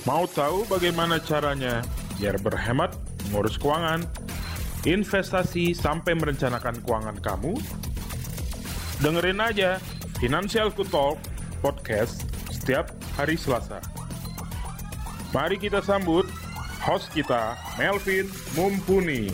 Mau tahu bagaimana caranya biar berhemat, mengurus keuangan, investasi sampai merencanakan keuangan kamu? Dengerin aja Financialku Talk podcast setiap hari Selasa. Mari kita sambut host kita, Melvin Mumpuni.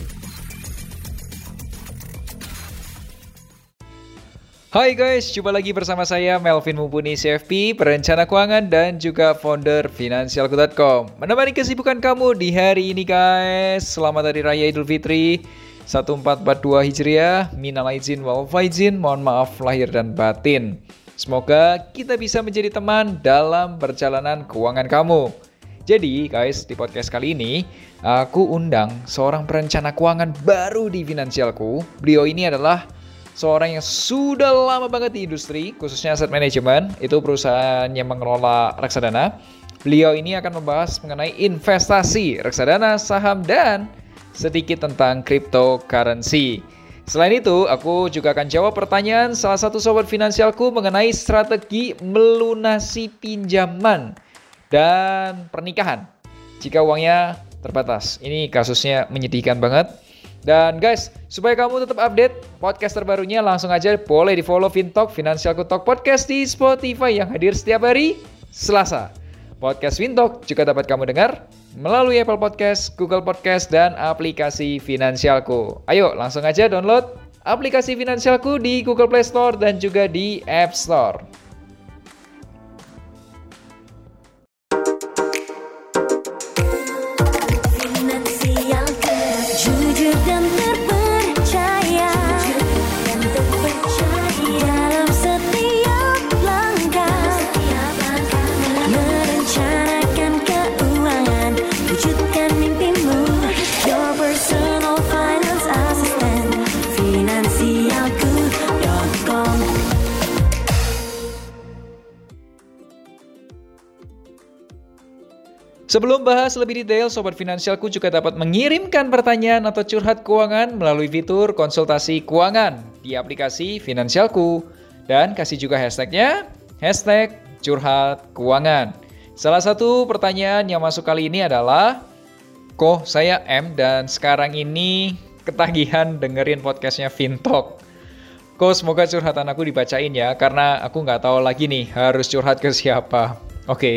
Hai guys, jumpa lagi bersama saya Melvin Mumpuni CFP, perencana keuangan dan juga founder Financialku.com. Menemani kesibukan kamu di hari ini guys. Selamat Hari Raya Idul Fitri 1442 Hijriah. Minal aizin wal faizin, mohon maaf lahir dan batin. Semoga kita bisa menjadi teman dalam perjalanan keuangan kamu. Jadi guys, di podcast kali ini aku undang seorang perencana keuangan baru di Financialku. Beliau ini adalah seorang yang sudah lama banget di industri, khususnya aset manajemen, itu perusahaan yang mengelola reksadana. Beliau ini akan membahas mengenai investasi, reksadana, saham, dan sedikit tentang cryptocurrency. Selain itu, aku juga akan jawab pertanyaan salah satu sobat Financialku mengenai strategi melunasi pinjaman dan pernikahan jika uangnya terbatas. Ini kasusnya menyedihkan banget. Dan guys, supaya kamu tetap update podcast terbarunya, langsung aja boleh di follow FinTalk, Financialku Talk Podcast di Spotify yang hadir setiap hari Selasa. Podcast FinTalk juga dapat kamu dengar melalui Apple Podcast, Google Podcast, dan aplikasi Financialku. Ayo langsung aja download aplikasi Financialku di Google Play Store dan juga di App Store. Sebelum bahas lebih detail, Sobat Financialku juga dapat mengirimkan pertanyaan atau curhat keuangan melalui fitur konsultasi keuangan di aplikasi Financialku. Dan kasih juga hashtagnya, hashtag curhat keuangan. Salah satu pertanyaan yang masuk kali ini adalah, kok saya M dan sekarang ini ketagihan dengerin podcastnya FinTalk. Kok semoga curhatan aku dibacain ya, karena aku nggak tahu lagi nih harus curhat ke siapa. Oke.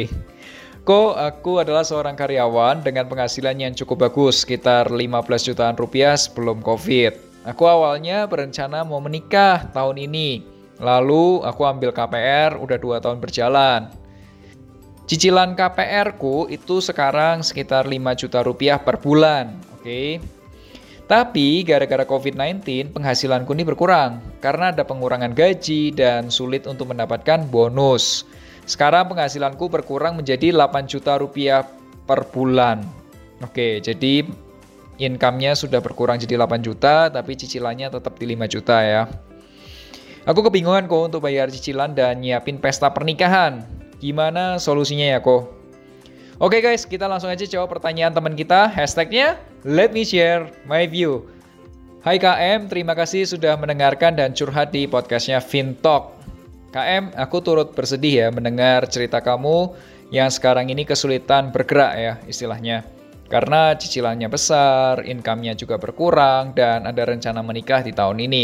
Aku adalah seorang karyawan dengan penghasilan yang cukup bagus, sekitar 15 jutaan rupiah sebelum COVID. Aku awalnya berencana mau menikah tahun ini. Lalu aku ambil KPR, udah 2 tahun berjalan. Cicilan KPR-ku itu sekarang sekitar 5 juta rupiah per bulan. Oke. Tapi gara-gara COVID-19 penghasilanku ini berkurang karena ada pengurangan gaji dan sulit untuk mendapatkan bonus. Sekarang penghasilanku berkurang menjadi 8 juta rupiah per bulan. Oke, jadi income-nya sudah berkurang jadi 8 juta, tapi cicilannya tetap di 5 juta ya. Aku kebingungan kok untuk bayar cicilan dan nyiapin pesta pernikahan. Gimana solusinya ya kok? Oke guys, kita langsung aja jawab pertanyaan teman kita. Hashtagnya, let me share my view. Hai KM, terima kasih sudah mendengarkan dan curhat di podcastnya FinTalk. KM, aku turut bersedih ya mendengar cerita kamu yang sekarang ini kesulitan bergerak ya istilahnya. Karena cicilannya besar, income-nya juga berkurang, dan ada rencana menikah di tahun ini.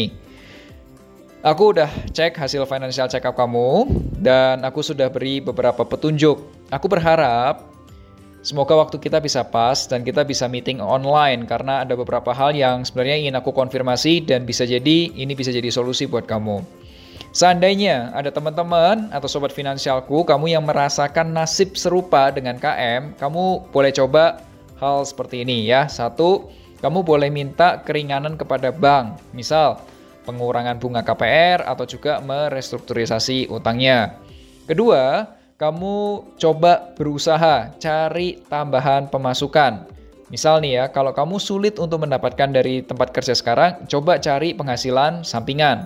Aku udah cek hasil financial check-up kamu, dan aku sudah beri beberapa petunjuk. Aku berharap semoga waktu kita bisa pas dan kita bisa meeting online, karena ada beberapa hal yang sebenarnya ingin aku konfirmasi dan ini bisa jadi solusi buat kamu. Seandainya ada teman-teman atau sobat Financialku, kamu yang merasakan nasib serupa dengan KM, kamu boleh coba hal seperti ini ya. 1, kamu boleh minta keringanan kepada bank, misal pengurangan bunga KPR atau juga merestrukturisasi utangnya. 2, kamu coba berusaha cari tambahan pemasukan. Misal nih ya, kalau kamu sulit untuk mendapatkan dari tempat kerja sekarang, coba cari penghasilan sampingan.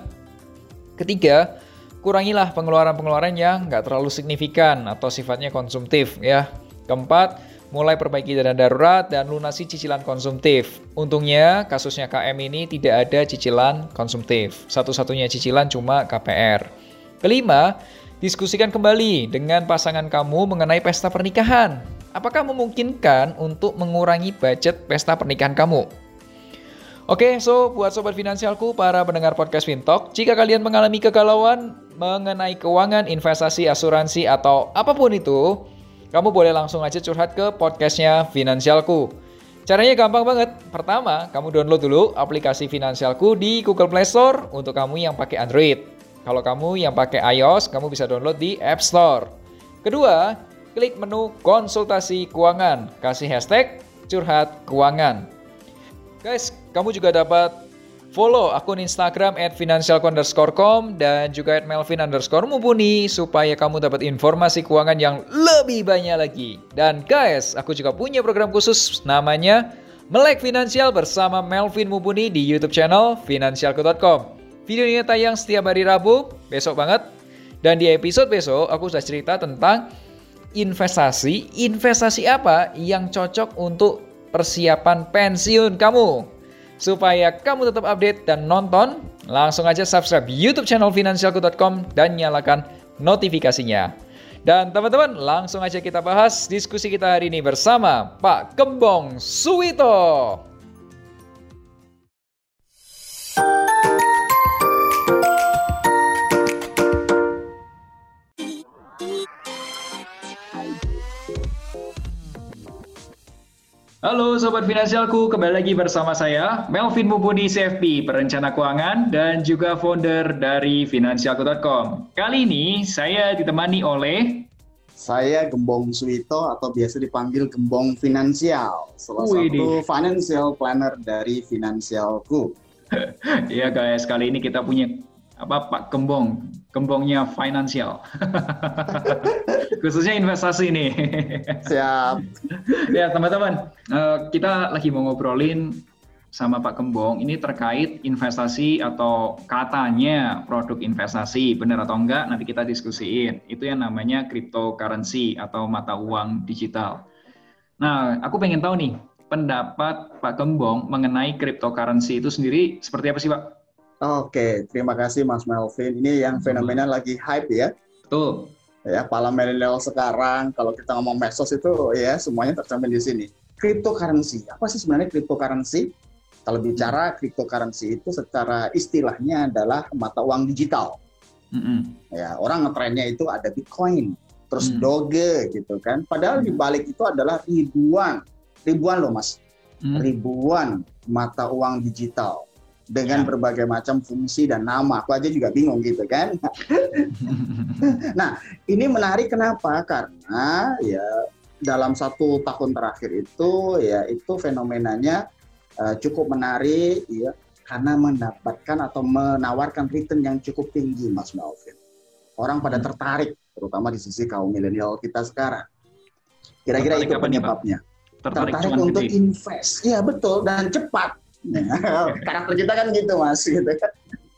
3, kurangilah pengeluaran-pengeluaran yang nggak terlalu signifikan atau sifatnya konsumtif ya. 4, mulai perbaiki dana darurat dan lunasi cicilan konsumtif. Untungnya kasusnya KM ini tidak ada cicilan konsumtif. Satu-satunya cicilan cuma KPR. 5, diskusikan kembali dengan pasangan kamu mengenai pesta pernikahan. apakah memungkinkan untuk mengurangi budget pesta pernikahan kamu? Oke, so buat Sobat Finansialku, para pendengar podcast Fintalk, jika kalian mengalami kegalauan mengenai keuangan, investasi, asuransi, atau apapun itu, kamu boleh langsung aja curhat ke podcastnya Finansialku. Caranya gampang banget. Pertama, kamu download dulu aplikasi Finansialku di Google Play Store untuk kamu yang pakai Android. Kalau kamu yang pakai iOS, kamu bisa download di App Store. Kedua, klik menu konsultasi keuangan, kasih hashtag curhat keuangan. Guys, kamu juga dapat follow akun Instagram @finansialku_com dan juga @melvin_mumpuni supaya kamu dapat informasi keuangan yang lebih banyak lagi. Dan guys, aku juga punya program khusus namanya Melek Finansial bersama Melvin Mumpuni di YouTube channel finansialku.com. Videonya tayang setiap hari Rabu, besok banget. Dan di episode besok aku sudah cerita tentang investasi. Investasi apa yang cocok untuk persiapan pensiun kamu. Supaya kamu tetap update dan nonton, langsung aja subscribe YouTube channel finansialku.com dan nyalakan notifikasinya. Dan teman-teman, langsung aja kita bahas diskusi kita hari ini bersama Pak Gembong Suwito. Halo Sobat Finansialku, kembali lagi bersama saya, Melvin Mumpuni CFP, perencana keuangan dan juga founder dari finansialku.com. Kali ini saya ditemani oleh... Saya Gembong Suwito atau biasa dipanggil Gembong Finansial, salah satu financial planner dari Finansialku. Iya guys, kali ini kita punya Pak Gembong, Gembongnya finansial. Khususnya investasi nih. Siap. Ya teman-teman, kita lagi mau ngobrolin sama Pak Gembong ini terkait investasi atau katanya produk investasi, benar atau enggak nanti kita diskusiin. Itu yang namanya cryptocurrency atau mata uang digital. Nah, aku pengen tahu nih pendapat Pak Gembong mengenai cryptocurrency itu sendiri seperti apa sih Pak? Oke, terima kasih Mas Melvin. Ini yang fenomena lagi hype ya. Betul. Ya, para milenial sekarang kalau kita ngomong medsos itu ya semuanya tercermin di sini. Cryptocurrency. Apa sih sebenarnya cryptocurrency? Kalau bicara cryptocurrency itu secara istilahnya adalah mata uang digital. Ya, orang ngetrennya itu ada Bitcoin, terus Doge gitu kan. Padahal di balik itu adalah ribuan loh Mas. Ribuan mata uang digital dengan berbagai macam fungsi dan nama. Aku aja juga bingung gitu kan. Nah, ini menarik kenapa? Karena ya dalam 1 tahun terakhir itu ya itu fenomenanya cukup menarik ya karena mendapatkan atau menawarkan return yang cukup tinggi Mas Melvin. Orang pada tertarik terutama di sisi kaum milenial kita sekarang. Kira-kira itu penyebabnya. Tertarik untuk invest. Iya betul dan cepat. Karakter kita kan gitu Mas gitu kan.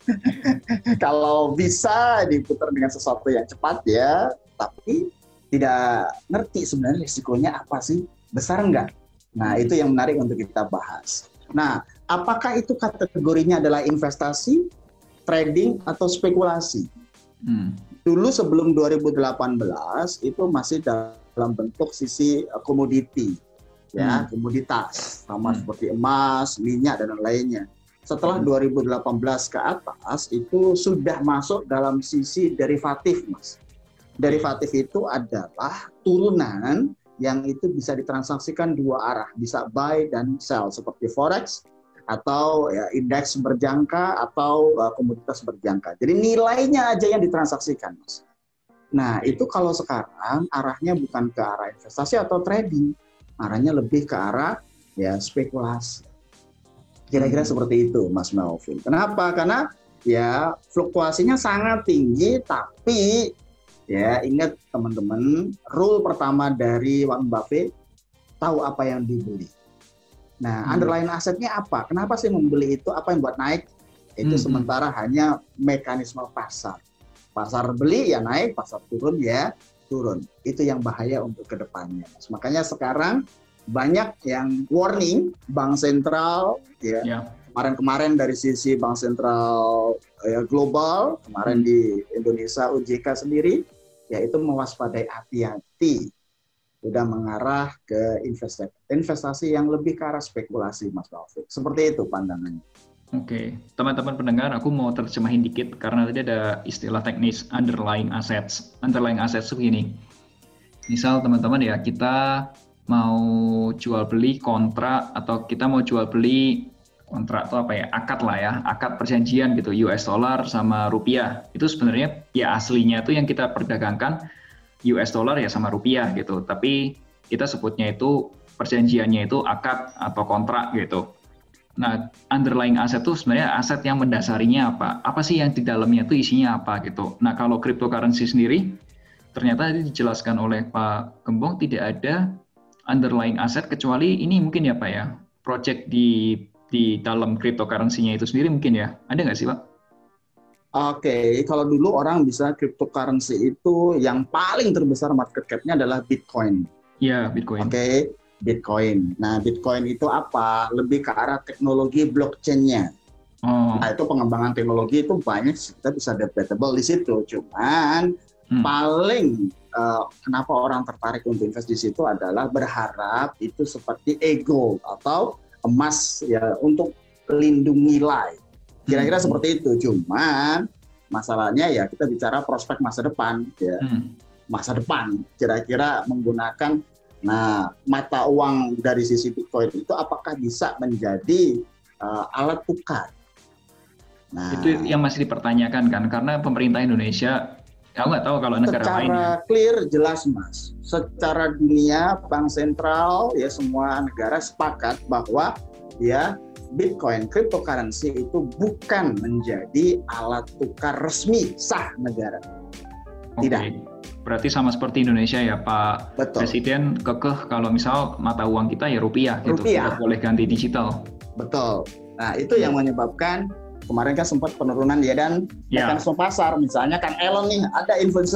Kalau bisa diputar dengan sesuatu yang cepat ya, tapi tidak ngerti sebenarnya risikonya apa sih, besar enggak? Nah itu yang menarik untuk kita bahas. Nah apakah itu kategorinya adalah investasi, trading atau spekulasi? Dulu sebelum 2018 itu masih dalam bentuk sisi komoditi. Ya, komoditas sama seperti emas, minyak dan lainnya. Setelah 2018 ke atas itu sudah masuk dalam sisi derivatif, Mas. Derivatif itu adalah turunan yang itu bisa ditransaksikan 2 arah, bisa buy dan sell seperti forex atau ya, indeks berjangka atau komoditas berjangka. Jadi nilainya aja yang ditransaksikan, Mas. Nah, itu kalau sekarang arahnya bukan ke arah investasi atau trading. Arahnya lebih ke arah ya spekulasi. Kira-kira seperti itu Mas Melvin. Kenapa? Karena ya fluktuasinya sangat tinggi, tapi ya ingat teman-teman, rule pertama dari Warren Buffett, tahu apa yang dibeli. Nah, underlying asetnya apa? Kenapa sih membeli itu? Apa yang buat naik? Itu sementara hanya mekanisme pasar. Pasar beli ya naik, pasar turun ya turun. Itu yang bahaya untuk kedepannya. Makanya sekarang banyak yang warning Bank Sentral ya. Kemarin-kemarin dari sisi Bank Sentral ya, global, kemarin di Indonesia OJK sendiri yaitu mewaspadai hati-hati udah mengarah ke investasi yang lebih ke arah spekulasi, Mas Taufik. Seperti itu pandangannya. Oke, teman-teman pendengar, aku mau terjemahin dikit karena tadi ada istilah teknis underlying assets. Underlying assets begini. Misal teman-teman ya, kita mau jual beli kontrak atau kita mau jual beli kontrak atau apa ya, akad lah ya, akad perjanjian gitu, US dollar sama rupiah. Itu sebenarnya ya aslinya itu yang kita perdagangkan US dollar ya sama rupiah gitu. Tapi kita sebutnya itu perjanjiannya itu akad atau kontrak gitu. Nah, underlying asset itu sebenarnya aset yang mendasarinya apa? Apa sih yang di dalamnya itu isinya apa gitu. Nah, kalau cryptocurrency sendiri, ternyata tadi dijelaskan oleh Pak Gembong tidak ada underlying asset kecuali ini mungkin ya Pak ya, project di dalam cryptocurrency-nya itu sendiri mungkin ya. Ada nggak sih Pak? Oke, kalau dulu orang bisa cryptocurrency itu yang paling terbesar market cap-nya adalah Bitcoin. Ya, Bitcoin. Oke, Bitcoin. Nah, Bitcoin itu apa? Lebih ke arah teknologi blockchain-nya. Nah, itu pengembangan teknologi itu banyak, kita bisa debatable di situ. Cuman paling kenapa orang tertarik untuk invest di situ adalah berharap itu seperti ego atau emas ya untuk pelindung nilai. Kira-kira seperti itu. Cuman masalahnya ya kita bicara prospek masa depan ya. Masa depan kira-kira menggunakan mata uang dari sisi Bitcoin itu apakah bisa menjadi alat tukar? Nah, itu yang masih dipertanyakan kan, karena pemerintah Indonesia, aku nggak tahu kalau negara lain. Secara clear jelas Mas, secara dunia bank sentral ya semua negara sepakat bahwa ya Bitcoin, cryptocurrency itu bukan menjadi alat tukar resmi sah negara. Tidak. Berarti sama seperti Indonesia ya Pak. Betul. Presiden kekeh kalau misal mata uang kita ya rupiah gitu, tidak boleh ganti digital. Betul. Nah itu yang menyebabkan kemarin kan sempat penurunan ya dan mekanisme pasar. Misalnya kan Elon nih ada influencer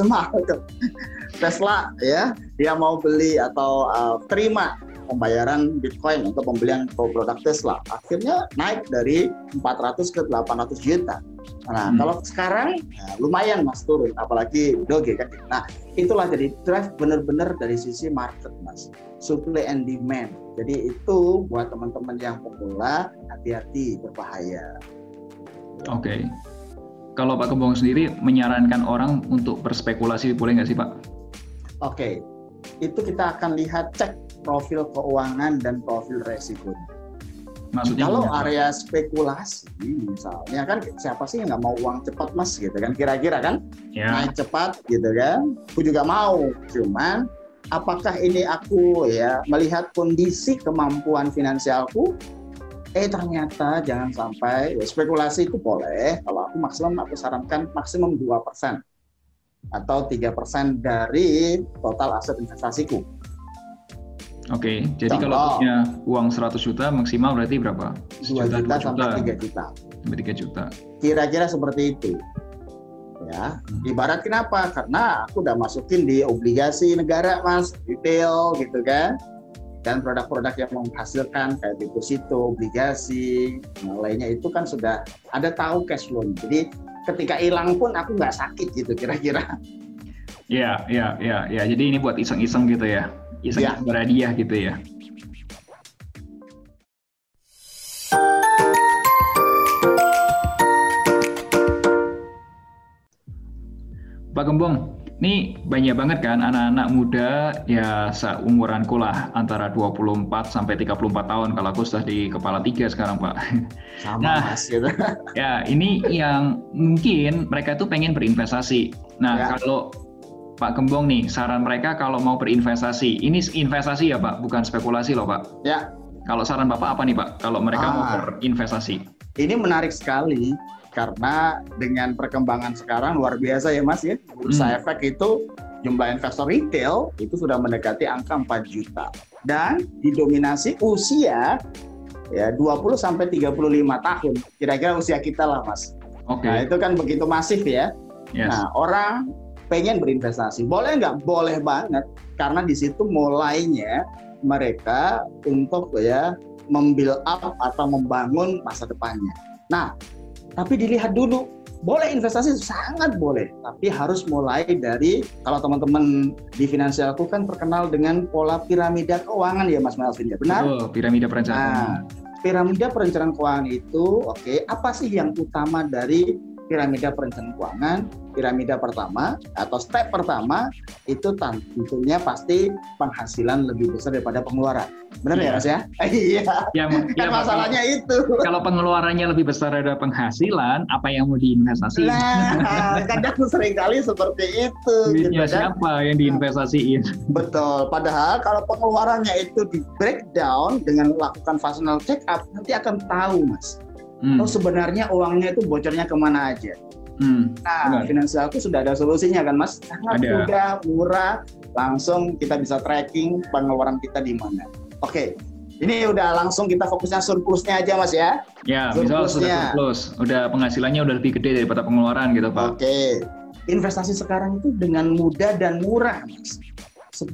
Tesla ya, dia mau beli atau terima pembayaran Bitcoin untuk pembelian produk Tesla. Akhirnya naik dari 400 ke 800 juta. Nah, kalau sekarang lumayan Mas turun, apalagi Doge kan. Nah, itulah jadi drive benar-benar dari sisi market Mas. Supply and demand. Jadi itu buat teman-teman yang pemula hati-hati, berbahaya. Oke. Kalau Pak Gembong sendiri menyarankan orang untuk berspekulasi boleh nggak sih Pak? Oke. Itu kita akan lihat cek profil keuangan dan profil resikonya. Maksudnya kalau area spekulasi misalnya kan siapa sih yang nggak mau uang cepat Mas gitu kan kira-kira kan naik cepat gitu kan aku juga mau cuman apakah ini aku ya melihat kondisi kemampuan finansialku ternyata jangan sampai spekulasi itu boleh kalau aku sarankan maksimum 2% atau 3% dari total aset investasiku. Oke, jadi kalau punya uang 100 juta maksimal berarti berapa? 2 juta sampai 3 juta. Sampai 3 juta. Kira-kira seperti itu. Ya, ibarat kenapa? Karena aku udah masukin di obligasi negara, Mas, retail gitu kan. Dan produk-produk yang menghasilkan kayak deposito, obligasi, lainnya itu kan sudah ada tahu cash flow. Jadi ketika hilang pun aku nggak sakit gitu kira-kira. Ya. Jadi ini buat iseng-iseng gitu ya. Iseng berhadiah gitu ya. Pak Gembong, ini banyak banget kan anak-anak muda ya seumuranku lah antara 24 sampai 34 tahun kalau aku sudah di kepala 3 sekarang Pak. Sama Mas gitu. Ya ini yang mungkin mereka tuh pengen berinvestasi. Nah kalau Pak Gembong nih, saran mereka kalau mau berinvestasi, ini investasi ya Pak, bukan spekulasi loh Pak. Ya. Kalau saran Bapak apa nih Pak, kalau mereka mau berinvestasi? Ini menarik sekali, karena dengan perkembangan sekarang luar biasa ya Mas ya. Bursa Efek itu jumlah investor retail itu sudah mendekati angka 4 juta. Dan didominasi usia ya 20 sampai 35 tahun. Kira-kira usia kita lah Mas. Nah itu kan begitu masif ya. Yes. Nah orang pengen berinvestasi, boleh nggak? Boleh banget, karena di situ mulainya mereka untuk ya membuild up atau membangun masa depannya. Nah, tapi dilihat dulu Boleh investasi, sangat boleh. Tapi harus mulai dari, kalau teman-teman di Finansialku kan terkenal dengan pola piramida keuangan ya Mas Melvin, ya benar? Betul, piramida perencanaan keuangan. Piramida perencanaan keuangan itu, apa sih yang utama dari piramida perencanaan keuangan? Piramida pertama atau step pertama itu tentunya pasti penghasilan lebih besar daripada pengeluaran. Benar ya Mas ya? Iya. Kan masalahnya itu. Kalau pengeluarannya lebih besar daripada penghasilan, apa yang mau diinvestasiin? Nah, kadang seringkali seperti itu. Duitnya gitu kan? siapa yang diinvestasiin? Betul. Padahal kalau pengeluarannya itu di breakdown dengan melakukan functional check up, nanti akan tahu Mas. Oh sebenarnya uangnya itu bocornya kemana aja. Nah, Finansialku sudah ada solusinya kan Mas, sangat mudah, murah, langsung kita bisa tracking pengeluaran kita di mana. Oke, ini udah langsung kita fokusnya surplusnya aja Mas ya. Ya, misal sudah surplus, udah penghasilannya udah lebih gede daripada pengeluaran gitu Pak. Oke, investasi sekarang itu dengan mudah dan murah Mas. 10.000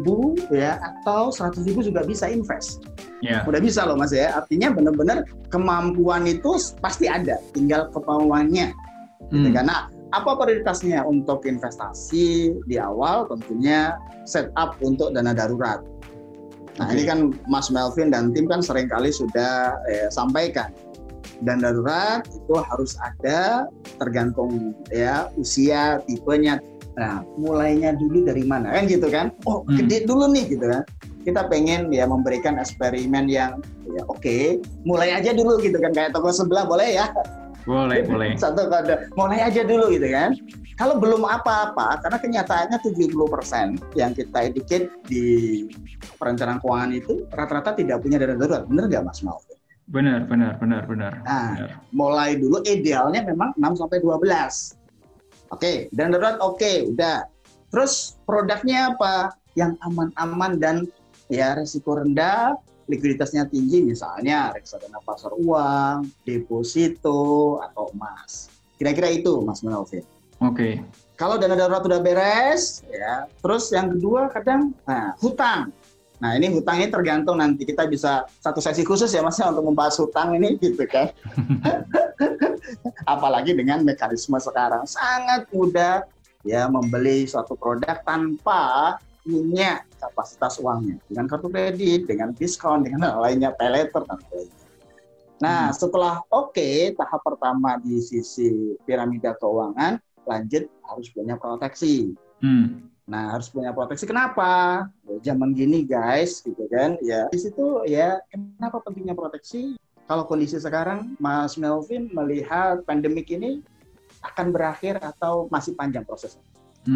ya atau 100.000 juga bisa invest. Ya. Udah bisa loh Mas ya. Artinya benar-benar kemampuan itu pasti ada, tinggal kemauannya. Gitu kan. Nah, apa prioritasnya untuk investasi di awal? Tentunya setup untuk dana darurat. Nah, ini kan Mas Melvin dan tim kan seringkali sudah sampaikan. Dana darurat itu harus ada tergantung ya usia, tipenya. Nah, mulainya dulu dari mana kan gitu kan? Oh, gede dulu nih gitu kan. Kita pengen ya memberikan eksperimen yang ya oke, mulai aja dulu gitu kan, kayak toko sebelah boleh ya? Boleh. Satu kode, mulai aja dulu gitu kan. Kalau belum apa-apa, karena kenyataannya 70% yang kita educate di perencanaan keuangan itu rata-rata tidak punya dana darurat. Benar nggak Mas Malvin? Benar. Nah, benar. Mulai dulu idealnya memang 6-12. Oke, dana darurat udah. Terus produknya apa? Yang aman-aman dan ya risiko rendah, likuiditasnya tinggi, misalnya reksadana pasar uang, deposito, atau emas. Kira-kira itu Mas Melvin. Oke. Kalau dana darurat udah beres, ya. Terus yang kedua kadang, hutang. Nah ini hutang ini tergantung, nanti kita bisa satu sesi khusus ya Mas untuk membahas hutang ini gitu kan. Apalagi dengan mekanisme sekarang sangat mudah ya membeli suatu produk tanpa punya kapasitas uangnya, dengan kartu kredit, dengan diskon, dengan lainnya, pay later dan lainnya. Nah, setelah tahap pertama di sisi piramida keuangan, lanjut harus punya proteksi. Nah, harus punya proteksi. Kenapa? Zaman gini guys, gitu kan? Ya, di situ ya kenapa pentingnya proteksi? Kalau kondisi sekarang, Mas Melvin melihat pandemik ini akan berakhir atau masih panjang prosesnya?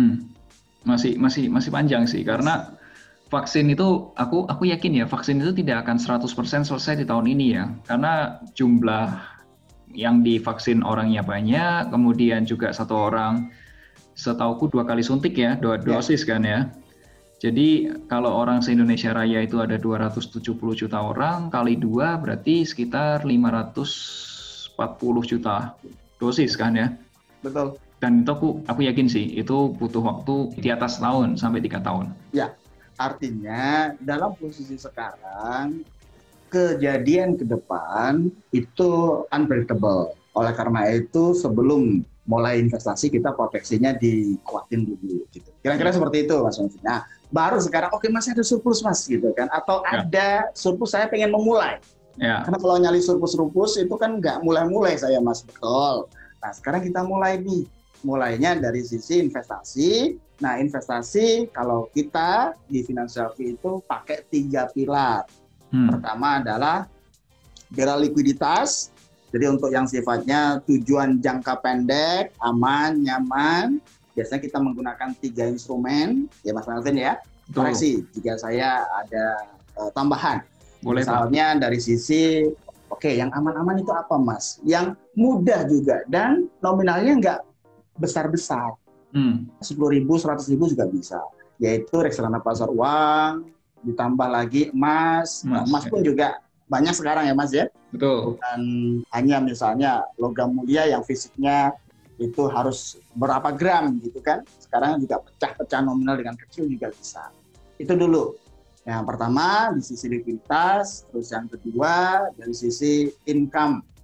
Masih panjang sih, karena vaksin itu aku yakin ya vaksin itu tidak akan 100% selesai di tahun ini ya, karena jumlah yang divaksin orangnya banyak, kemudian juga satu orang setauku 2 kali suntik ya, 2 dosis kan ya. Jadi kalau orang se-Indonesia Raya itu ada 270 juta orang, kali 2 berarti sekitar 540 juta dosis kan ya. Betul. Dan itu aku yakin sih, itu butuh waktu di atas tahun sampai 3 tahun. Ya, artinya dalam posisi sekarang, kejadian ke depan itu unpredictable. Oleh karena itu, sebelum mulai investasi, kita proteksinya dikuatin dulu. Gitu. Kira-kira seperti itu, Mas Melvin. Nah, baru sekarang, masih ada surplus, Mas, gitu kan? Atau ada surplus, saya pengen memulai. Ya. Karena kalau nyali surplus itu kan nggak mulai-mulai saya, Mas. Betul. Nah, sekarang kita mulai nih. Mulainya dari sisi investasi. Nah, investasi kalau kita di Finansialku itu pakai 3 pilar. Pertama adalah pilar likuiditas. Jadi untuk yang sifatnya tujuan jangka pendek, aman, nyaman, biasanya kita menggunakan 3 instrumen. Ya Mas Melvin ya, koreksi jika saya ada tambahan. Boleh, misalnya Pak. Dari sisi, yang aman-aman itu apa Mas? Yang mudah juga dan nominalnya nggak besar-besar. 10.000, 100.000 juga bisa. Yaitu reksadana pasar uang, ditambah lagi emas. Emas pun juga banyak sekarang ya Mas ya. Betul. Bukan hanya misalnya logam mulia yang fisiknya itu harus berapa gram gitu kan. Sekarang juga pecah-pecah nominal dengan kecil juga bisa. Itu dulu. Yang pertama di sisi likuiditas, terus yang kedua dari sisi income.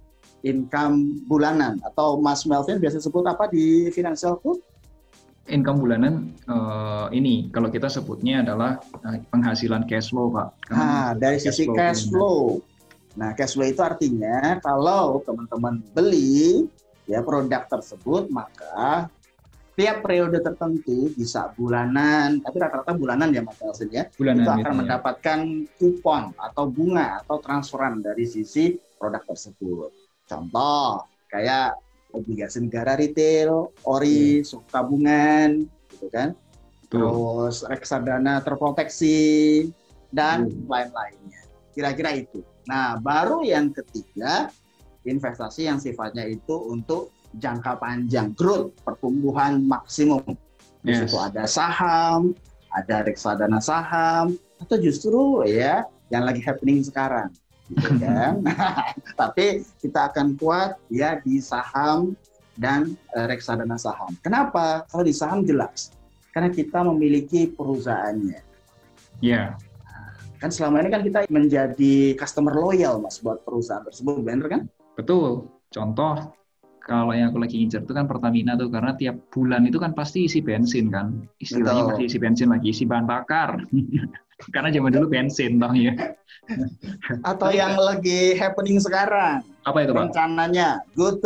income bulanan, atau Mas Melvin biasa sebut apa di finansialku? Income bulanan ini kalau kita sebutnya adalah penghasilan cash flow, Pak. Dari sisi cash flow. Nah, cash flow itu artinya kalau teman-teman beli ya produk tersebut, maka tiap periode tertentu bisa bulanan, tapi rata-rata bulanan ya Mas Nelson ya, bulanan itu akan mendapatkan kupon atau bunga atau transferan dari sisi produk tersebut. Contoh kayak obligasi negara retail, ori, suk tabungan, gitu kan. Terus reksadana terproteksi dan lain-lainnya. Kira-kira itu. Nah, baru yang ketiga, investasi yang sifatnya itu untuk jangka panjang, growth, pertumbuhan maksimum. Di situ ada saham, ada reksadana saham, atau justru ya yang lagi happening sekarang. Gitu kan. Tapi kita akan kuat ya di saham dan reksadana saham. Kenapa? Kalau di saham jelas, karena kita memiliki perusahaannya. Iya. Kan selama ini kan kita menjadi customer loyal Mas buat perusahaan tersebut, benar kan? Betul. Contoh kalau yang aku lagi ngincer itu kan Pertamina tuh, karena tiap bulan itu kan pasti isi bensin kan. Istilahnya pasti isi bensin lagi, isi bahan bakar. Karena zaman dulu bensin toh ya. Atau yang lagi happening sekarang. Apa itu, Pak? Rencananya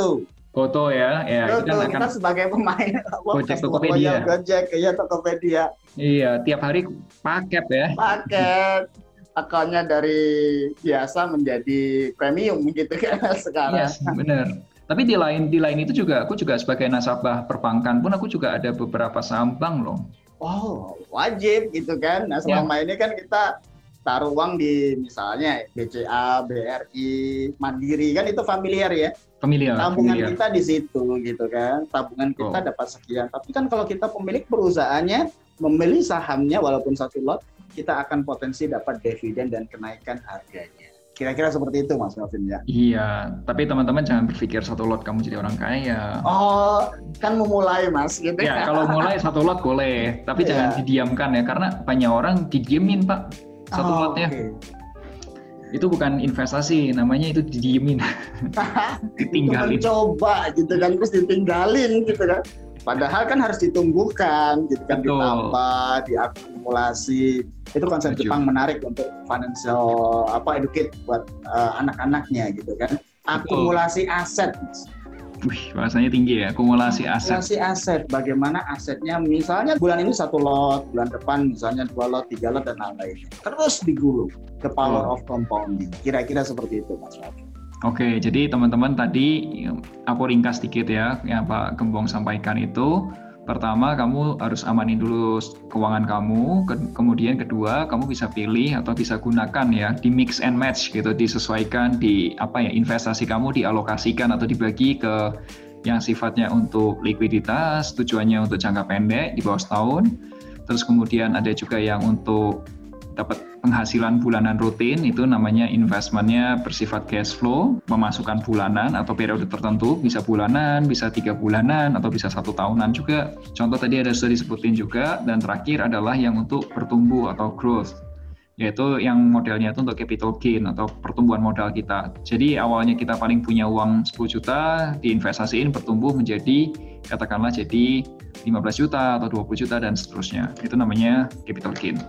GoTo ya. GoTo, itu kan kita sebagai pemain Gojek, Tokopedia. Gojek, ya Tokopedia. Iya, tiap hari paket ya. Paket. Akalnya dari biasa menjadi premium gitu kan sekarang. Yes, benar. Tapi di lain itu juga aku juga sebagai nasabah perbankan pun aku juga ada beberapa saham bank loh. Oh, wajib gitu kan. Nah, selama ini kan kita taruh uang di misalnya BCA, BRI, Mandiri, kan itu familiar ya. Tabungan kita di situ gitu kan. Tabungan kita dapat sekian. Tapi kan kalau kita pemilik perusahaannya, membeli sahamnya walaupun satu lot, kita akan potensi dapat dividen dan kenaikan harganya. Kira-kira seperti itu Mas Melvin ya? Iya, tapi teman-teman jangan berpikir satu lot kamu jadi orang kaya. Oh, kan memulai Mas gitu ya. Kalau mulai satu lot boleh, tapi jangan didiamkan ya, karena banyak orang didiemin Pak satu lotnya. Okay. Itu bukan investasi, namanya itu didiemin. Ditinggalin. Coba gitu kan, terus ditinggalin gitu kan. Padahal kan harus ditumbuhkan, gitu kan, ditambah, diakumulasi. Itu konsep Jepang menarik untuk financial educate buat anak-anaknya gitu kan. Akumulasi aset. Wih, bahasanya tinggi ya, akumulasi aset. Akumulasi aset, bagaimana asetnya misalnya bulan ini 1 lot, bulan depan misalnya 2 lot, 3 lot dan lain-lainnya. Terus digulung, the power of compounding. Kira-kira seperti itu Mas Rafi. Oke, jadi teman-teman tadi aku ringkas sedikit ya, yang Pak Gembong sampaikan itu. Pertama, kamu harus amanin dulu keuangan kamu. Kemudian kedua, kamu bisa pilih atau bisa gunakan ya di mix and match gitu, disesuaikan di investasi kamu dialokasikan atau dibagi ke yang sifatnya untuk likuiditas, tujuannya untuk jangka pendek di bawah setahun. Terus kemudian ada juga yang untuk dapat penghasilan bulanan rutin, itu namanya investmentnya bersifat cash flow, pemasukan bulanan atau periode tertentu, bisa bulanan, bisa 3 bulanan, atau bisa 1 tahunan juga. Contoh tadi sudah disebutin juga. Dan terakhir adalah yang untuk bertumbuh atau growth, yaitu yang modelnya itu untuk capital gain atau pertumbuhan modal kita. Jadi awalnya kita paling punya uang 10 juta, diinvestasiin bertumbuh menjadi katakanlah jadi 15 juta atau 20 juta dan seterusnya. Itu namanya capital gain.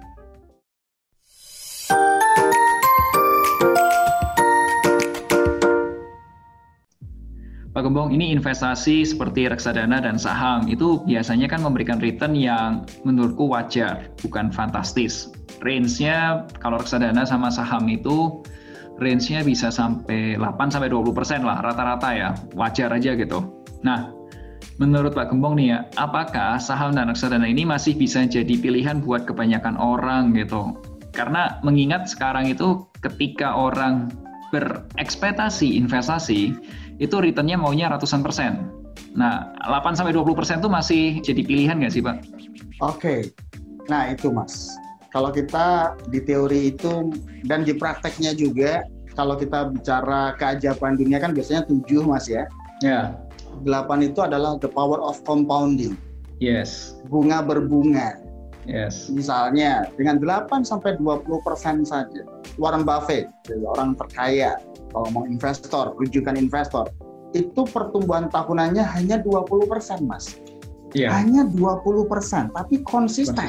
Pak Gembong, ini investasi seperti reksadana dan saham itu biasanya kan memberikan return yang menurutku wajar, bukan fantastis. Range-nya kalau reksadana sama saham itu range-nya bisa sampai 8-20% lah rata-rata ya, wajar aja gitu. Nah, menurut Pak Gembong nih ya, apakah saham dan reksadana ini masih bisa jadi pilihan buat kebanyakan orang gitu? Karena mengingat sekarang itu ketika orang berekspektasi investasi, itu return-nya maunya ratusan persen. Nah, 8-20% itu masih jadi pilihan nggak sih, Pak? Oke. Nah, itu Mas. Kalau kita di teori itu dan di prakteknya juga, kalau kita bicara keajaiban dunia kan biasanya 7 Mas ya. Ya. 8 itu adalah the power of compounding. Yes. Bunga berbunga. Yes. Misalnya dengan 8-20% saja. Warren Buffett, orang terkaya, kalau mau investor, rujukan investor, itu pertumbuhan tahunannya hanya 20%, Mas. Iya. Hanya 20%, tapi konsisten.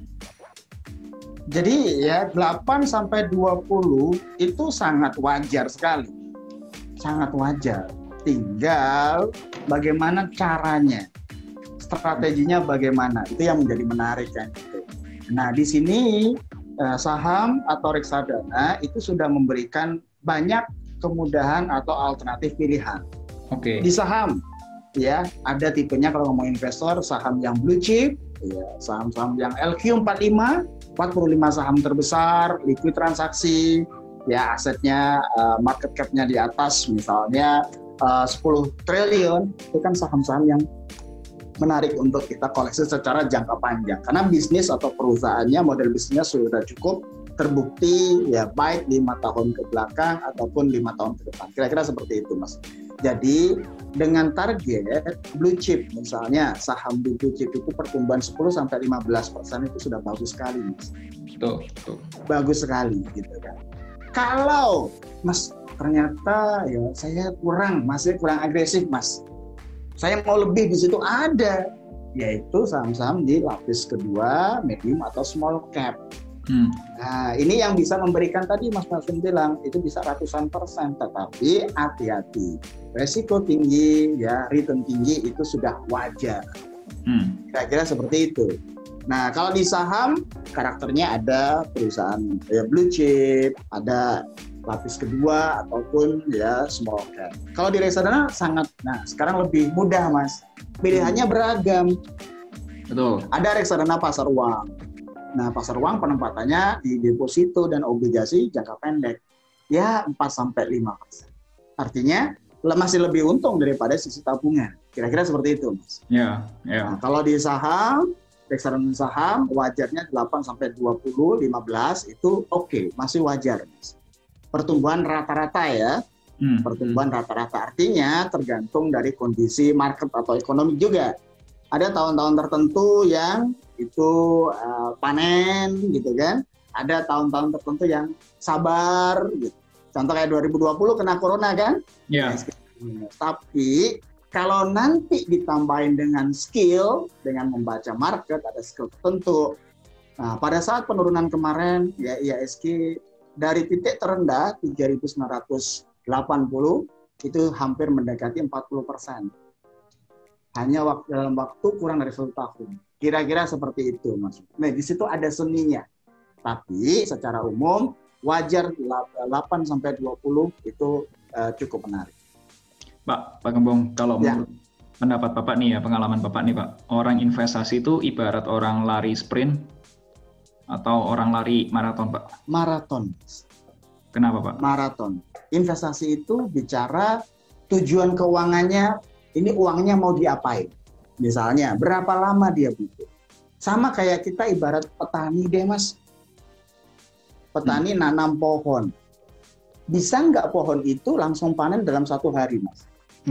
Jadi ya 8 sampai 20 itu sangat wajar sekali. Sangat wajar. Tinggal bagaimana caranya, strateginya bagaimana, itu yang menjadi menarik kan gitu. Nah, di sini saham atau reksadana itu sudah memberikan banyak kemudahan atau alternatif pilihan. Oke. Di saham ya ada tipenya kalau ngomong investor, saham yang blue chip, ya, saham-saham yang LQ45, 45 saham terbesar, liquid transaksi, ya asetnya market cap-nya di atas misalnya 10 triliun, itu kan saham-saham yang menarik untuk kita koleksi secara jangka panjang. Karena bisnis atau perusahaannya, model bisnisnya sudah cukup terbukti ya baik 5 tahun ke belakang ataupun 5 tahun ke depan. Kira-kira seperti itu, Mas. Jadi dengan target blue chip misalnya, saham blue chip itu pertumbuhan 10-15% itu sudah bagus sekali, Mas. Betul. Bagus sekali gitu kan. Kalau Mas ternyata ya saya masih kurang agresif, Mas. Saya mau lebih di situ ada, yaitu saham-saham di lapis kedua, medium atau small cap. Nah, ini yang bisa memberikan tadi Mas Marvin bilang itu bisa ratusan persen, tetapi hati-hati, resiko tinggi, ya return tinggi itu sudah wajar. Kira-kira seperti itu. Nah, kalau di saham karakternya ada perusahaan ya blue chip, ada lapis kedua ataupun ya small cap. Kalau di reksadana sekarang lebih mudah, Mas. Pilihannya beragam. Betul. Ada reksadana pasar uang. Nah, pasar uang penempatannya di deposito dan obligasi jangka pendek. Ya 4-5%. Artinya masih lebih untung daripada sisi tabungan. Kira-kira seperti itu, Mas. Ya. Nah, kalau di saham, reksadana saham wajarnya 8-20, 15 itu oke, masih wajar, Mas. Pertumbuhan rata-rata ya, pertumbuhan rata-rata artinya tergantung dari kondisi market atau ekonomi juga. Ada tahun-tahun tertentu yang itu panen gitu kan, ada tahun-tahun tertentu yang sabar gitu. Contoh kayak 2020 kena corona kan. Iya. Tapi kalau nanti ditambahin dengan skill, dengan membaca market, ada skill tertentu. Nah, pada saat penurunan kemarin ya IHSG dari titik terendah 3.980 itu hampir mendekati 40%. Hanya dalam waktu kurang dari 1 tahun. Kira-kira seperti itu, Mas. Nah, di situ ada seninya. Tapi secara umum wajar 8-20 itu cukup menarik. Pak Gembong, kalau menurut pendapat Bapak nih ya, pengalaman Bapak nih Pak, orang investasi itu ibarat orang lari sprint atau orang lari maraton, Pak? Maraton. Kenapa, Pak? Maraton. Investasi itu bicara tujuan keuangannya, ini uangnya mau diapain. Misalnya, berapa lama dia butuh. Sama kayak kita ibarat petani deh, Mas. Petani nanam pohon. Bisa nggak pohon itu langsung panen dalam 1 hari, Mas?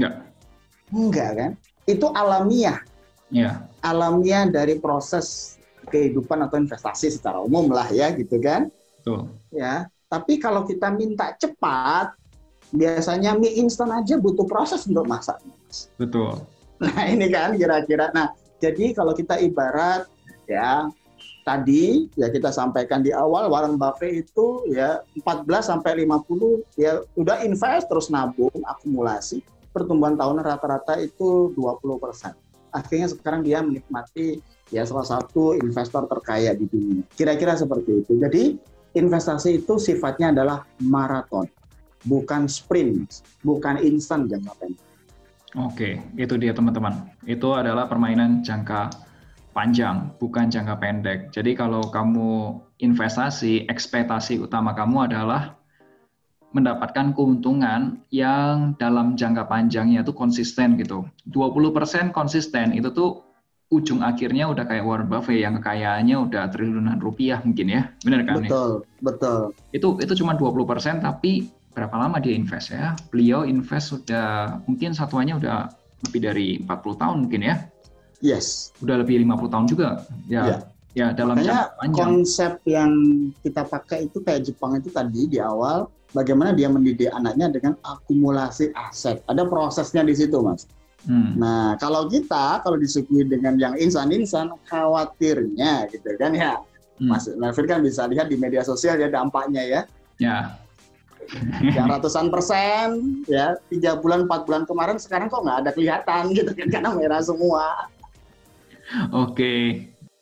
Enggak kan? Itu alamiah. Ya. Alamiah dari proses kehidupan atau investasi secara umum lah ya gitu kan. Betul. Ya, tapi kalau kita minta cepat, biasanya mie instan aja butuh proses untuk masak. Betul. Nah, ini kan kira-kira. Nah, jadi kalau kita ibarat ya tadi ya kita sampaikan di awal Warren Buffett itu ya 14-50 ya udah invest terus nabung, akumulasi, pertumbuhan tahunan rata-rata itu 20%. Akhirnya sekarang dia menikmati ya salah satu investor terkaya di dunia. Kira-kira seperti itu. Jadi investasi itu sifatnya adalah maraton, bukan sprint, bukan instan jangka pendek. Oke, itu dia teman-teman. Itu adalah permainan jangka panjang, bukan jangka pendek. Jadi kalau kamu investasi, ekspektasi utama kamu adalah mendapatkan keuntungan yang dalam jangka panjangnya itu konsisten gitu. 20% konsisten, itu tuh ujung akhirnya udah kayak Warren Buffett yang kekayaannya udah triliunan rupiah mungkin ya. Benar kan? Betul. Itu cuma 20% tapi berapa lama dia invest ya? Beliau invest sudah mungkin satuannya udah lebih dari 40 tahun mungkin ya? Yes. Udah lebih 50 tahun juga. Ya dalam jangka panjang. Konsep yang kita pakai itu kayak Jepang itu tadi di awal bagaimana dia mendidik anaknya dengan akumulasi aset. Ada prosesnya di situ, Mas. Nah, kalau disuguhi dengan yang insan-insan, khawatirnya gitu kan ya. Mas Melvin kan bisa lihat di media sosial ya dampaknya ya. Ya. Yang ratusan persen ya 3 bulan 4 bulan kemarin sekarang kok nggak ada kelihatan gitu kan karena merah semua. Oke.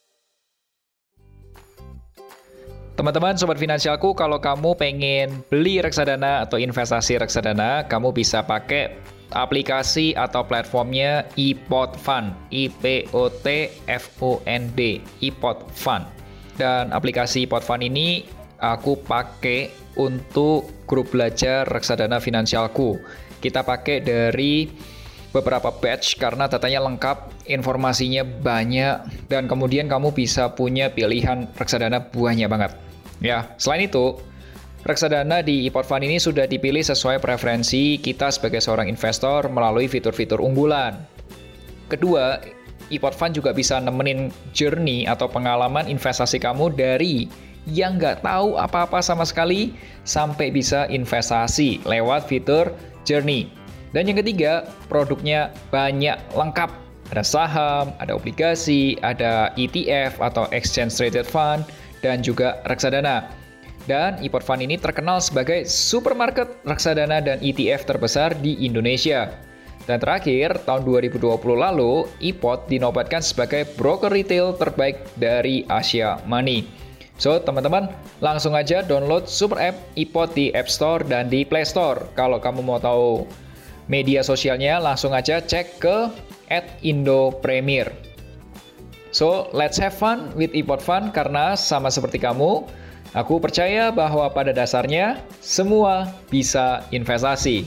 Teman-teman Sobat Finansialku, kalau kamu pengen beli reksadana atau investasi reksadana, kamu bisa pakai aplikasi atau platformnya iPod Fund, IPOTFUND, iPod Fund. Dan aplikasi iPod Fund ini aku pakai untuk grup belajar reksadana finansialku. Kita pakai dari beberapa batch karena datanya lengkap, informasinya banyak, dan kemudian kamu bisa punya pilihan reksadana banyak banget. Ya, selain itu, reksadana di iPod Fund ini sudah dipilih sesuai preferensi kita sebagai seorang investor melalui fitur-fitur unggulan. Kedua, iPod Fund juga bisa nemenin journey atau pengalaman investasi kamu dari yang nggak tahu apa-apa sama sekali sampai bisa investasi lewat fitur journey. Dan yang ketiga, produknya banyak lengkap. Ada saham, ada obligasi, ada ETF atau exchange traded fund, dan juga reksadana. Dan iPod Fund ini terkenal sebagai supermarket reksadana dan ETF terbesar di Indonesia. Dan terakhir, tahun 2020 lalu, iPod dinobatkan sebagai broker retail terbaik dari Asia Money. So, teman-teman, langsung aja download super app iPod di App Store dan di Play Store. Kalau kamu mau tahu media sosialnya, langsung aja cek ke @indopremier. So, let's have fun with iPod Fund karena sama seperti kamu, aku percaya bahwa pada dasarnya semua bisa investasi.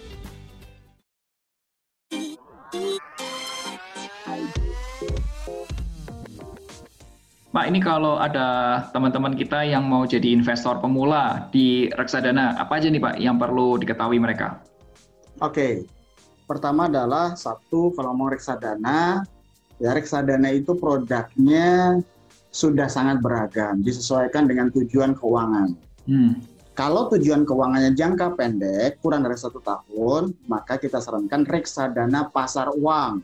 Pak, ini kalau ada teman-teman kita yang mau jadi investor pemula di reksadana, apa aja nih Pak yang perlu diketahui mereka? Oke, pertama adalah satu, kalau mau reksadana, ya reksadana itu produknya sudah sangat beragam, disesuaikan dengan tujuan keuangan. Kalau tujuan keuangannya jangka pendek, kurang dari 1 tahun, maka kita sarankan reksadana pasar uang.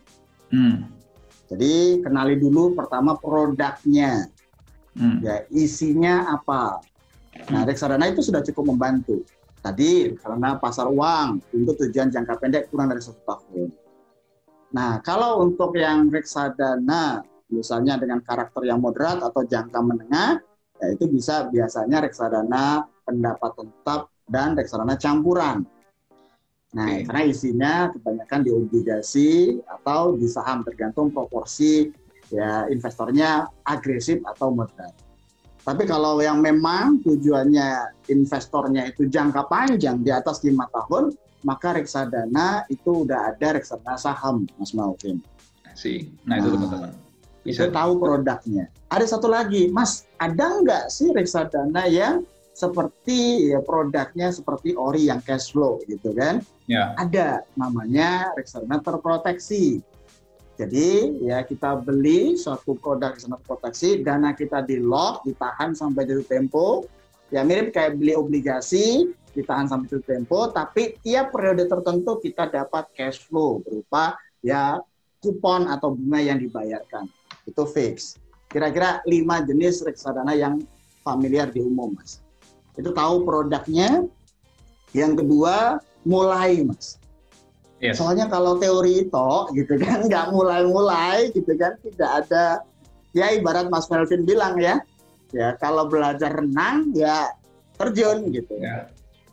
Jadi kenali dulu pertama produknya, ya isinya apa. Nah, reksadana itu sudah cukup membantu. Tadi karena pasar uang untuk tujuan jangka pendek kurang dari 1 tahun. Nah, kalau untuk yang reksadana, misalnya dengan karakter yang moderat atau jangka menengah, ya itu bisa biasanya reksadana pendapatan tetap dan reksadana campuran. Nah, karena isinya kebanyakan di obligasi atau di saham, tergantung proporsi ya investornya agresif atau moderat. Tapi kalau yang memang tujuannya investornya itu jangka panjang di atas 5 tahun, maka reksadana itu udah ada reksadana saham, Mas Melvin. Nah, itu teman-teman. Bisa tahu produknya. Ada satu lagi, Mas, ada nggak sih reksadana yang seperti ya produknya seperti ori yang cash flow gitu kan? Ya. Ada, namanya reksadana terproteksi. Jadi ya kita beli suatu produk reksadana terproteksi, dana kita di lock, ditahan sampai jatuh tempo, ya mirip kayak beli obligasi, ditahan sampai jatuh tempo, tapi tiap periode tertentu kita dapat cash flow berupa ya kupon atau bunga yang dibayarkan. Itu fix. Kira-kira 5 jenis reksadana yang familiar di umum, Mas. Itu tahu produknya. Yang kedua, mulai, Mas. Yes. Soalnya kalau teori itu gitu kan, nggak mulai-mulai gitu kan, tidak ada, ya ibarat Mas Melvin bilang ya kalau belajar renang ya terjun gitu. Yeah.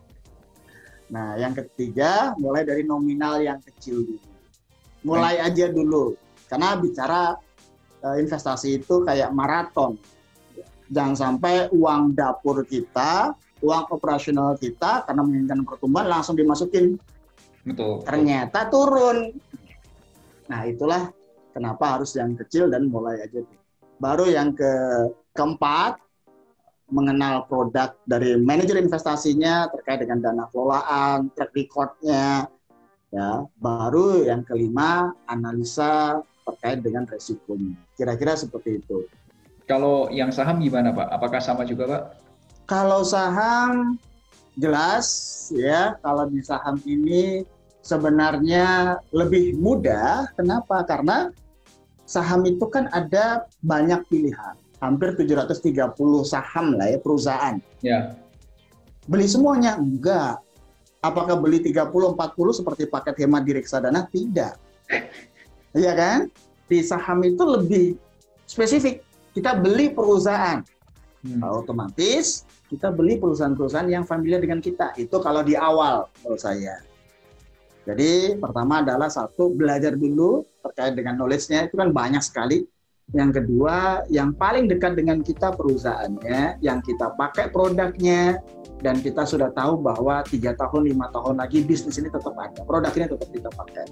Nah, yang ketiga, mulai dari nominal yang kecil dulu. Mulai aja dulu, karena bicara investasi itu kayak maraton. Jangan sampai uang dapur kita, uang operasional kita karena menginginkan pertumbuhan langsung dimasukin. Betul. Ternyata turun. Nah, itulah kenapa harus yang kecil dan mulai aja. Baru yang keempat, mengenal produk dari manajer investasinya terkait dengan dana kelolaan, track record-nya. Ya, baru yang kelima, analisa terkait dengan resikonya. Kira-kira seperti itu. Kalau yang saham gimana, Pak? Apakah sama juga, Pak? Kalau saham jelas ya, kalau di saham ini sebenarnya lebih mudah. Kenapa? Karena saham itu kan ada banyak pilihan. Hampir 730 saham lah ya, perusahaan. Ya. Beli semuanya? Enggak. Apakah beli 30-40 seperti paket hemat di reksadana? Tidak. Iya kan? Di saham itu lebih spesifik. Kita beli perusahaan. Otomatis kita beli perusahaan-perusahaan yang familiar dengan kita. Itu kalau di awal menurut saya. Jadi pertama adalah satu, belajar dulu terkait dengan knowledge-nya, itu kan banyak sekali. Yang kedua, yang paling dekat dengan kita perusahaannya, yang kita pakai produknya, dan kita sudah tahu bahwa 3 tahun, 5 tahun lagi bisnis ini tetap ada, produk ini tetap kita pakai.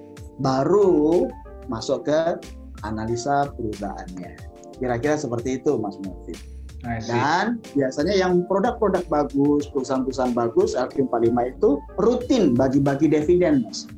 Baru masuk ke analisa perusahaannya. Kira-kira seperti itu Mas Melvin. Dan biasanya yang produk-produk bagus, perusahaan-perusahaan bagus, LQ45 itu rutin bagi-bagi dividen, Mas.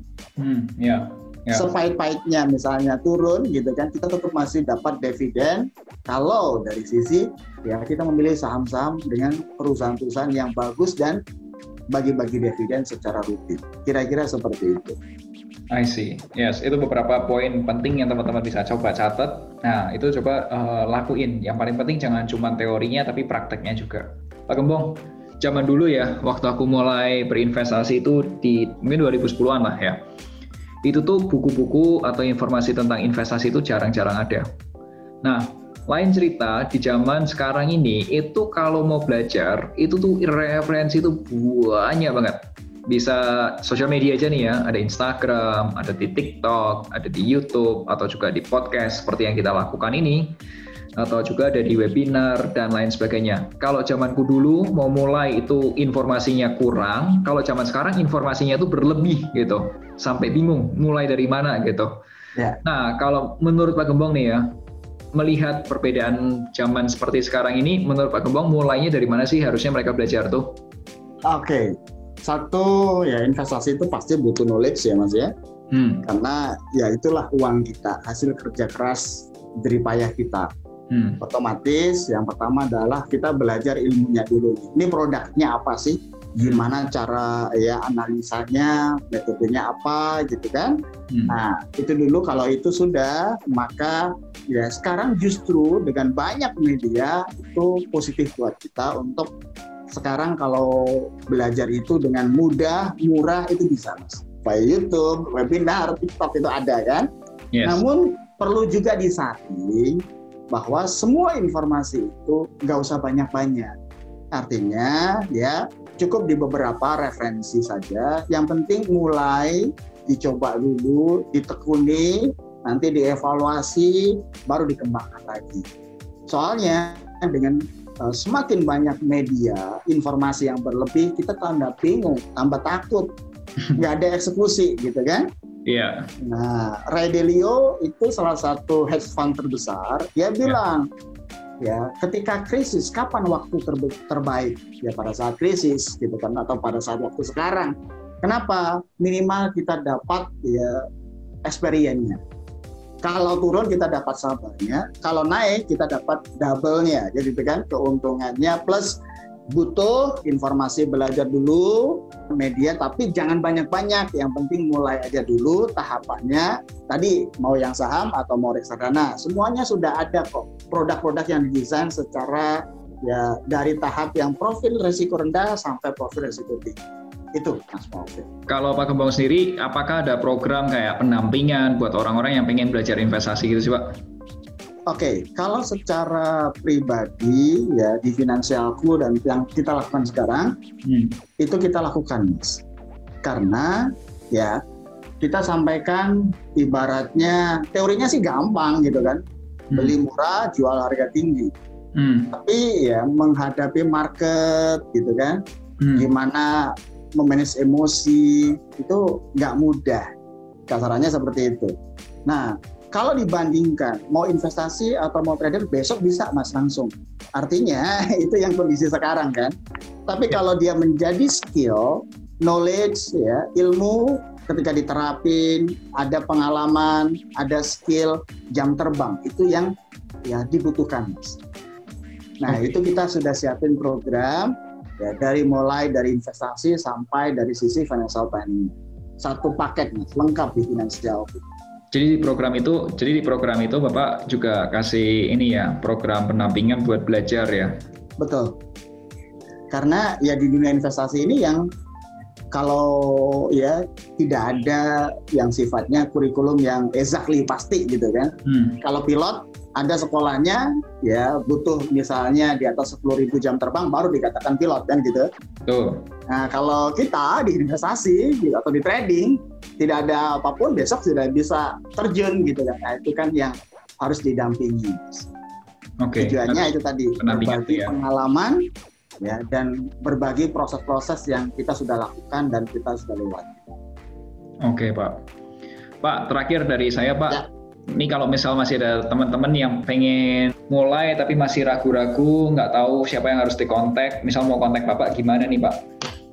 Ya. Sepahit-pahitnya misalnya turun gitu kan, kita tetap masih dapat dividen. Kalau dari sisi ya kita memilih saham-saham dengan perusahaan-perusahaan yang bagus dan bagi-bagi dividen secara rutin. Kira-kira seperti itu. I see. Yes, itu beberapa poin penting yang teman-teman bisa coba catat. Nah, itu coba lakuin. Yang paling penting jangan cuma teorinya, tapi prakteknya juga. Pak Gembong, zaman dulu ya, waktu aku mulai berinvestasi itu di mungkin 2010-an lah ya. Itu tuh buku-buku atau informasi tentang investasi itu jarang-jarang ada. Nah, lain cerita di zaman sekarang ini, itu kalau mau belajar, itu tuh referensi itu banyak banget. Bisa sosial media aja nih ya, ada Instagram, ada di TikTok, ada di YouTube, atau juga di podcast seperti yang kita lakukan ini, atau juga ada di webinar, dan lain sebagainya. Kalau zamanku dulu mau mulai itu informasinya kurang, kalau zaman sekarang informasinya itu berlebih gitu, sampai bingung mulai dari mana gitu. Yeah. Nah, kalau menurut Pak Gembong nih ya, melihat perbedaan zaman seperti sekarang ini, menurut Pak Gembong mulainya dari mana sih harusnya mereka belajar tuh? Oke. Satu, ya investasi itu pasti butuh knowledge ya Mas ya. Karena ya itulah uang kita, hasil kerja keras jerih payah kita. Otomatis yang pertama adalah kita belajar ilmunya dulu. Ini produknya apa sih? Gimana cara ya analisanya, metodenya apa gitu kan. Nah itu dulu, kalau itu sudah, maka ya sekarang justru dengan banyak media itu positif buat kita untuk sekarang kalau belajar itu dengan mudah, murah, itu bisa Mas. Kayak YouTube, webinar, TikTok itu ada kan. Yes. Namun perlu juga disaring bahwa semua informasi itu nggak usah banyak-banyak. Artinya ya cukup di beberapa referensi saja. Yang penting mulai dicoba dulu, ditekuni, nanti dievaluasi, baru dikembangkan lagi. Soalnya dengan semakin banyak media, informasi yang berlebih, kita tambah bingung, tambah takut, nggak ada eksekusi gitu kan? Iya. Nah, Ray Dalio itu salah satu hedge fund terbesar, dia bilang, ya ketika krisis, kapan waktu terbaik? Ya pada saat krisis gitu kan, atau pada saat waktu sekarang. Kenapa? Minimal kita dapat ya experience-nya. Kalau turun kita dapat sabarnya, kalau naik kita dapat double-nya. Jadi kan keuntungannya, plus butuh informasi, belajar dulu media, tapi jangan banyak-banyak. Yang penting mulai aja dulu tahapannya. Tadi mau yang saham atau mau reksadana, semuanya sudah ada kok. Produk-produk yang didesain secara ya dari tahap yang profil risiko rendah sampai profil risiko tinggi. Itu Mas Melvin. Kalau Pak Gembong sendiri, apakah ada program kayak pendampingan buat orang-orang yang pengen belajar investasi gitu sih Pak? Oke, kalau secara pribadi ya di Finansialku dan yang kita lakukan sekarang, itu kita lakukan Mas. Karena ya kita sampaikan ibaratnya, teorinya sih gampang gitu kan, beli murah, jual harga tinggi. Tapi ya menghadapi market gitu kan, gimana memanage emosi itu nggak mudah, kasarannya seperti itu. Nah, kalau dibandingkan mau investasi atau mau trader, besok bisa Mas langsung. Artinya itu yang kondisi sekarang kan. Tapi kalau dia menjadi skill, knowledge ya, ilmu ketika diterapin, ada pengalaman, ada skill, jam terbang, itu yang ya dibutuhkan Mas. Nah, itu kita sudah siapin program. Ya, mulai dari investasi sampai dari sisi financial planning. Satu paket nih, lengkap di Finansialku. Jadi di program itu Bapak juga kasih ini ya, program pendampingan buat belajar ya. Betul. Karena ya di dunia investasi ini yang kalau ya tidak ada yang sifatnya kurikulum yang exactly pasti gitu kan. Kalau pilot ada sekolahnya ya butuh misalnya di atas 10.000 jam terbang baru dikatakan pilot kan gitu. Betul. Nah kalau kita di investasi atau di trading tidak ada apapun besok sudah bisa terjun gitu kan. Nah, itu kan yang harus didampingi. Tujuannya itu tadi berbagi pengalaman ya dan berbagi proses-proses yang kita sudah lakukan dan kita sudah lewati. Oke Pak. Pak terakhir dari saya Pak. Ya. Ini kalau misal masih ada teman-teman yang pengen mulai tapi masih ragu-ragu, nggak tahu siapa yang harus dikontak, misal mau kontak Bapak gimana nih Pak?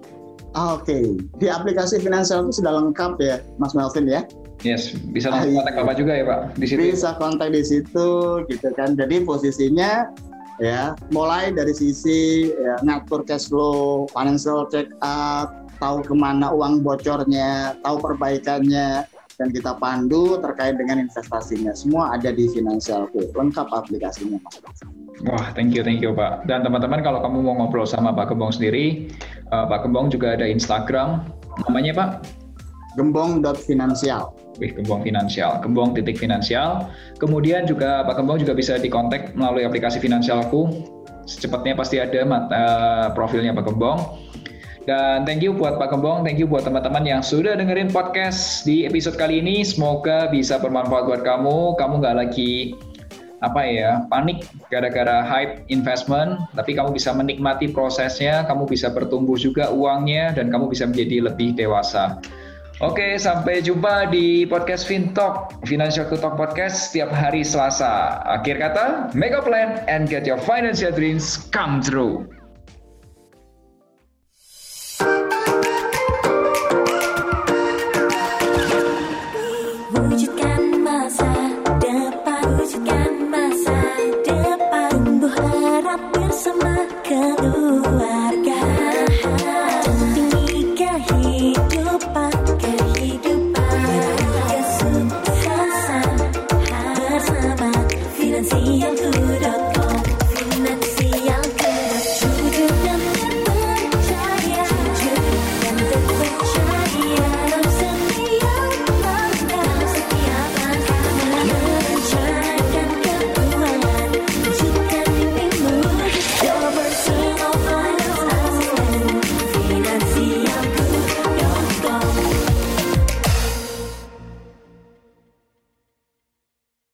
Oke. Di aplikasi Finansial itu sudah lengkap ya Mas Melvin ya? Yes, bisa kontak Bapak juga ya Pak? Di situ. Bisa kontak di situ gitu kan, jadi posisinya ya mulai dari sisi ya, ngatur cash flow, financial check up, tahu kemana uang bocornya, tahu perbaikannya, dan kita pandu terkait dengan investasinya. Semua ada di Finansialku, lengkap aplikasinya Mas. Wah, thank you Pak. Dan teman-teman kalau kamu mau ngobrol sama Pak Gembong sendiri, Pak Gembong juga ada Instagram, namanya Pak? Gembong.finansial. Gembong Finansial, Gembong.finansial. Kemudian juga Pak Gembong juga bisa dikontak melalui aplikasi Finansialku. Secepatnya pasti ada profilnya Pak Gembong. Dan thank you buat Pak Gembong, thank you buat teman-teman yang sudah dengerin podcast di episode kali ini. Semoga bisa bermanfaat buat kamu. Kamu nggak lagi panik gara-gara hype investment, tapi kamu bisa menikmati prosesnya, kamu bisa bertumbuh juga uangnya, dan kamu bisa menjadi lebih dewasa. Oke, sampai jumpa di podcast FinTalk, Financial Talk Podcast setiap hari Selasa. Akhir kata, make a plan and get your financial dreams come true.